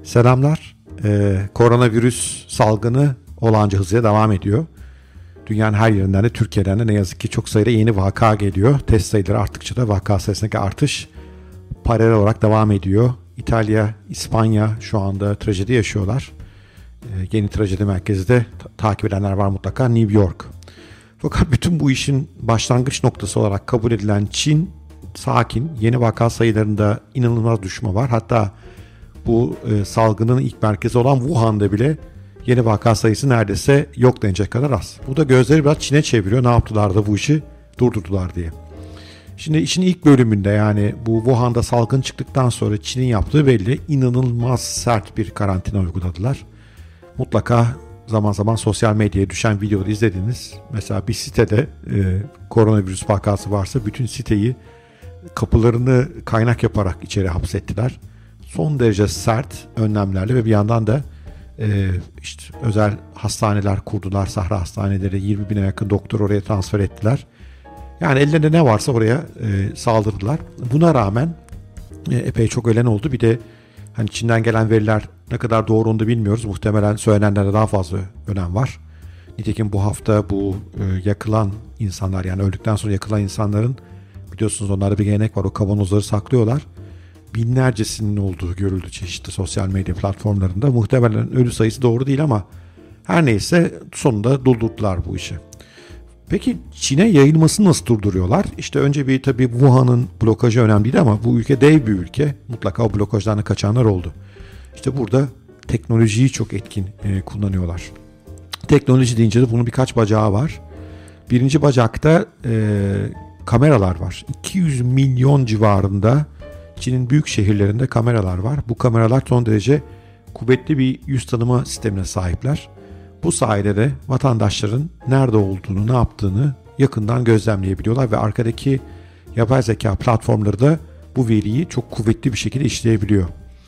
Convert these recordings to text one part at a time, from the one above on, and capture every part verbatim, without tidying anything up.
Selamlar. Ee, koronavirüs salgını olağanca hızla devam ediyor. Dünyanın her yerinden de Türkiye'den de ne yazık ki çok sayıda yeni vaka geliyor. Test sayıları arttıkça da vaka sayısındaki artış paralel olarak devam ediyor. İtalya, İspanya şu anda trajedi yaşıyorlar. Ee, yeni trajedi merkezi de ta- takip edenler var mutlaka, New York. Fakat bütün bu işin başlangıç noktası olarak kabul edilen Çin sakin. Yeni vaka sayılarında inanılmaz düşme var. Hatta bu e, salgının ilk merkezi olan Wuhan'da bile yeni vaka sayısı neredeyse yok denecek kadar az. Bu da gözleri biraz Çin'e çeviriyor. Ne yaptılar da bu işi durdurdular diye. Şimdi işin ilk bölümünde, yani bu Wuhan'da salgın çıktıktan sonra Çin'in yaptığı belli. İnanılmaz sert bir karantina uyguladılar. Mutlaka zaman zaman sosyal medyaya düşen videoları izlediniz. Mesela bir sitede e, koronavirüs vakası varsa bütün siteyi kapılarını kaynak yaparak içeri hapsettiler. Son derece sert önlemlerle ve bir yandan da e, işte özel hastaneler kurdular. Sahra hastaneleri, yirmi bine yakın doktor oraya transfer ettiler. Yani ellerinde ne varsa oraya e, saldırdılar. Buna rağmen e, epey çok ölen oldu. Bir de hani Çin'den gelen veriler ne kadar doğru onu da bilmiyoruz. Muhtemelen söylenenlerde daha fazla ölen var. Nitekim bu hafta bu e, yakılan insanlar, yani öldükten sonra yakılan insanların, biliyorsunuz onlarda bir gelenek var. O kavanozları saklıyorlar. Binlercesinin olduğu görüldü çeşitli sosyal medya platformlarında. Muhtemelen ölü sayısı doğru değil ama her neyse sonunda durdurdular bu işi. Peki Çin'e yayılmasını nasıl durduruyorlar? İşte önce bir tabii Wuhan'ın blokajı önemliydi ama bu ülke dev bir ülke. Mutlaka o blokajdan kaçanlar oldu. İşte burada teknolojiyi çok etkin e, kullanıyorlar. Teknoloji deyince de bunun birkaç bacağı var. Birinci bacakta e, kameralar var. iki yüz milyon civarında Çin'in büyük şehirlerinde kameralar var. Bu kameralar son derece kuvvetli bir yüz tanıma sistemine sahipler. Bu sayede de vatandaşların nerede olduğunu, ne yaptığını yakından gözlemleyebiliyorlar ve arkadaki yapay zeka platformları da bu veriyi çok kuvvetli bir şekilde işleyebiliyor.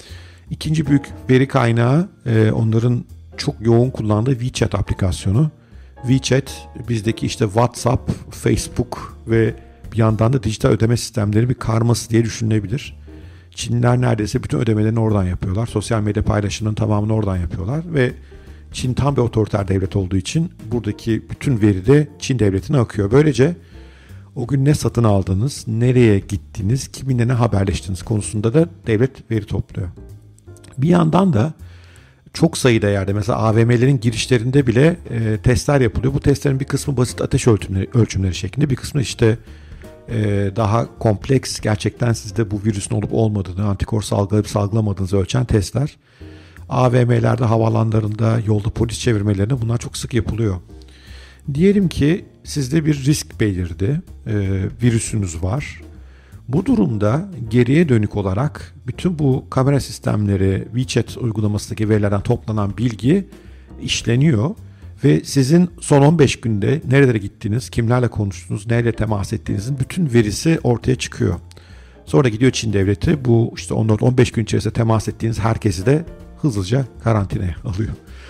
İkinci büyük veri kaynağı onların çok yoğun kullandığı WeChat aplikasyonu. WeChat bizdeki işte WhatsApp, Facebook ve bir yandan da dijital ödeme sistemleri bir karması diye düşünülebilir. Çinliler neredeyse bütün ödemelerini oradan yapıyorlar. Sosyal medya paylaşımının tamamını oradan yapıyorlar ve Çin tam bir otoriter devlet olduğu için buradaki bütün veri de Çin devletine akıyor. Böylece o gün ne satın aldınız, nereye gittiniz, kiminle ne haberleştiniz konusunda da devlet veri topluyor. Bir yandan da çok sayıda yerde, mesela A V M'lerin girişlerinde bile e, testler yapılıyor. Bu testlerin bir kısmı basit ateş ölçümleri, ölçümleri şeklinde, bir kısmı işte e, daha kompleks, gerçekten sizde bu virüsün olup olmadığını, antikor salgılayıp salgılamadığınızı ölçen testler. A V M'lerde, havaalanlarında, yolda polis çevirmelerinde bunlar çok sık yapılıyor. Diyelim ki sizde bir risk belirdi, e, virüsünüz var. Bu durumda geriye dönük olarak bütün bu kamera sistemleri, WeChat uygulamasındaki verilerden toplanan bilgi işleniyor ve sizin son on beş günde nerelere gittiniz, kimlerle konuştunuz, neyle temas ettiğinizin bütün verisi ortaya çıkıyor. Sonra gidiyor Çin devleti bu işte on dört on beş gün içerisinde temas ettiğiniz herkesi de hızlıca karantinaya alıyor.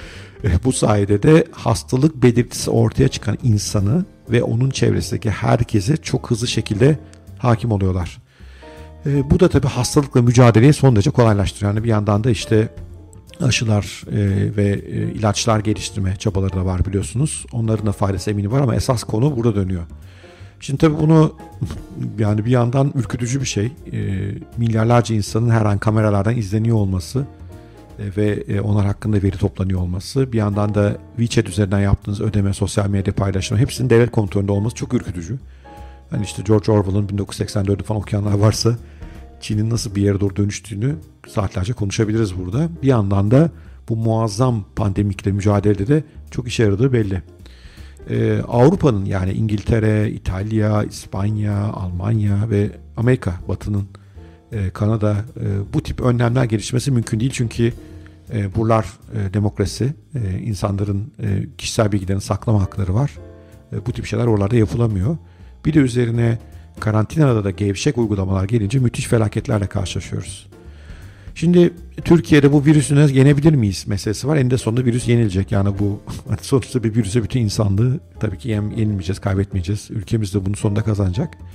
Bu sayede de hastalık belirtisi ortaya çıkan insanı ve onun çevresindeki herkese çok hızlı şekilde hakim oluyorlar. E, bu da tabii hastalıkla mücadeleyi son derece kolaylaştırıyor. Yani bir yandan da işte aşılar e, ve e, ilaçlar geliştirme çabaları da var biliyorsunuz. Onların da faydası eminim var ama esas konu burada dönüyor. Şimdi tabii bunu yani bir yandan ürkütücü bir şey. E, milyarlarca insanın her an kameralardan izleniyor olması e, ve e, onlar hakkında veri toplanıyor olması. Bir yandan da WeChat üzerinden yaptığınız ödeme, sosyal medya paylaşımı, hepsinin devlet kontrolünde olması çok ürkütücü. Hani işte George Orwell'ın bin dokuz yüz seksen dördü falan okuyanlar varsa Çin'in nasıl bir yere doğru dönüştüğünü saatlerce konuşabiliriz burada. Bir yandan da bu muazzam pandemikle mücadelede de çok işe yaradığı belli. Ee, Avrupa'nın, yani İngiltere, İtalya, İspanya, Almanya ve Amerika, Batı'nın, e, Kanada e, bu tip önlemler gelişmesi mümkün değil. Çünkü e, buralar e, demokrasi, e, insanların e, kişisel bilgilerini saklama hakları var. E, bu tip şeyler oralarda yapılamıyor. Bir de üzerine karantinada da gevşek uygulamalar gelince müthiş felaketlerle karşılaşıyoruz. Şimdi Türkiye'de bu virüsü yenebilir miyiz meselesi var. Eninde sonunda virüs yenilecek. Yani bu sonuçta bir virüse bütün insanlığı tabii ki yenilmeyeceğiz, kaybetmeyeceğiz. Ülkemiz de bunun sonunda kazanacak.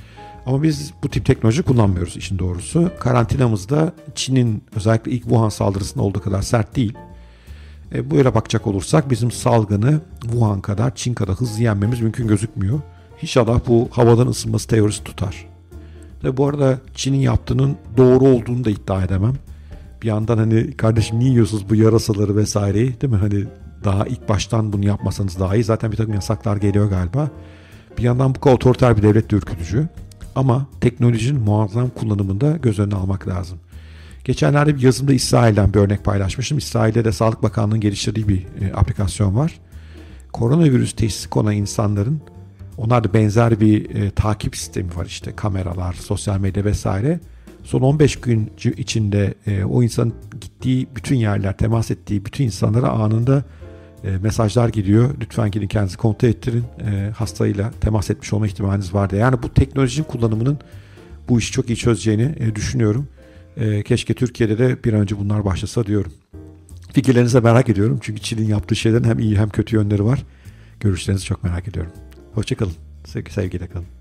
Ama biz bu tip teknoloji kullanmıyoruz işin doğrusu. Karantinamız da Çin'in özellikle ilk Wuhan saldırısında olduğu kadar sert değil. E, böyle bakacak olursak bizim salgını Wuhan kadar, Çin kadar hızlı yenmemiz mümkün gözükmüyor. İnşallah bu havadan ısınması teorisi tutar. Ve bu arada Çin'in yaptığının doğru olduğunu da iddia edemem. Bir yandan hani kardeşim niye yiyorsunuz bu yarasaları vesaireyi, değil mi? Hani daha ilk baştan bunu yapmasanız daha iyi. Zaten bir takım yasaklar geliyor galiba. Bir yandan bu kadar otoriter bir devlet de ürkütücü. Ama teknolojinin muazzam kullanımında göz önüne almak lazım. Geçenlerde bir yazımda İsrail'den bir örnek paylaşmıştım. İsrail'de de Sağlık Bakanlığı'nın geliştirdiği bir e, aplikasyon var. Koronavirüs teşhisi konan insanların, onlarda benzer bir e, takip sistemi var, işte kameralar, sosyal medya vesaire. Son on beş gün içinde e, o insanın gittiği bütün yerler, temas ettiği bütün insanlara anında e, mesajlar gidiyor. Lütfen gidin kendinizi kontrol ettirin. E, hastayla temas etmiş olma ihtimaliniz var diye. Yani bu teknolojinin kullanımının bu işi çok iyi çözeceğini e, düşünüyorum. E, keşke Türkiye'de de bir an önce bunlar başlasa diyorum. Fikirlerinizi merak ediyorum. Çünkü Çin'in yaptığı şeylerin hem iyi hem kötü yönleri var. Görüşlerinizi çok merak ediyorum. Hoşça kalın. Sevgiyle kalın.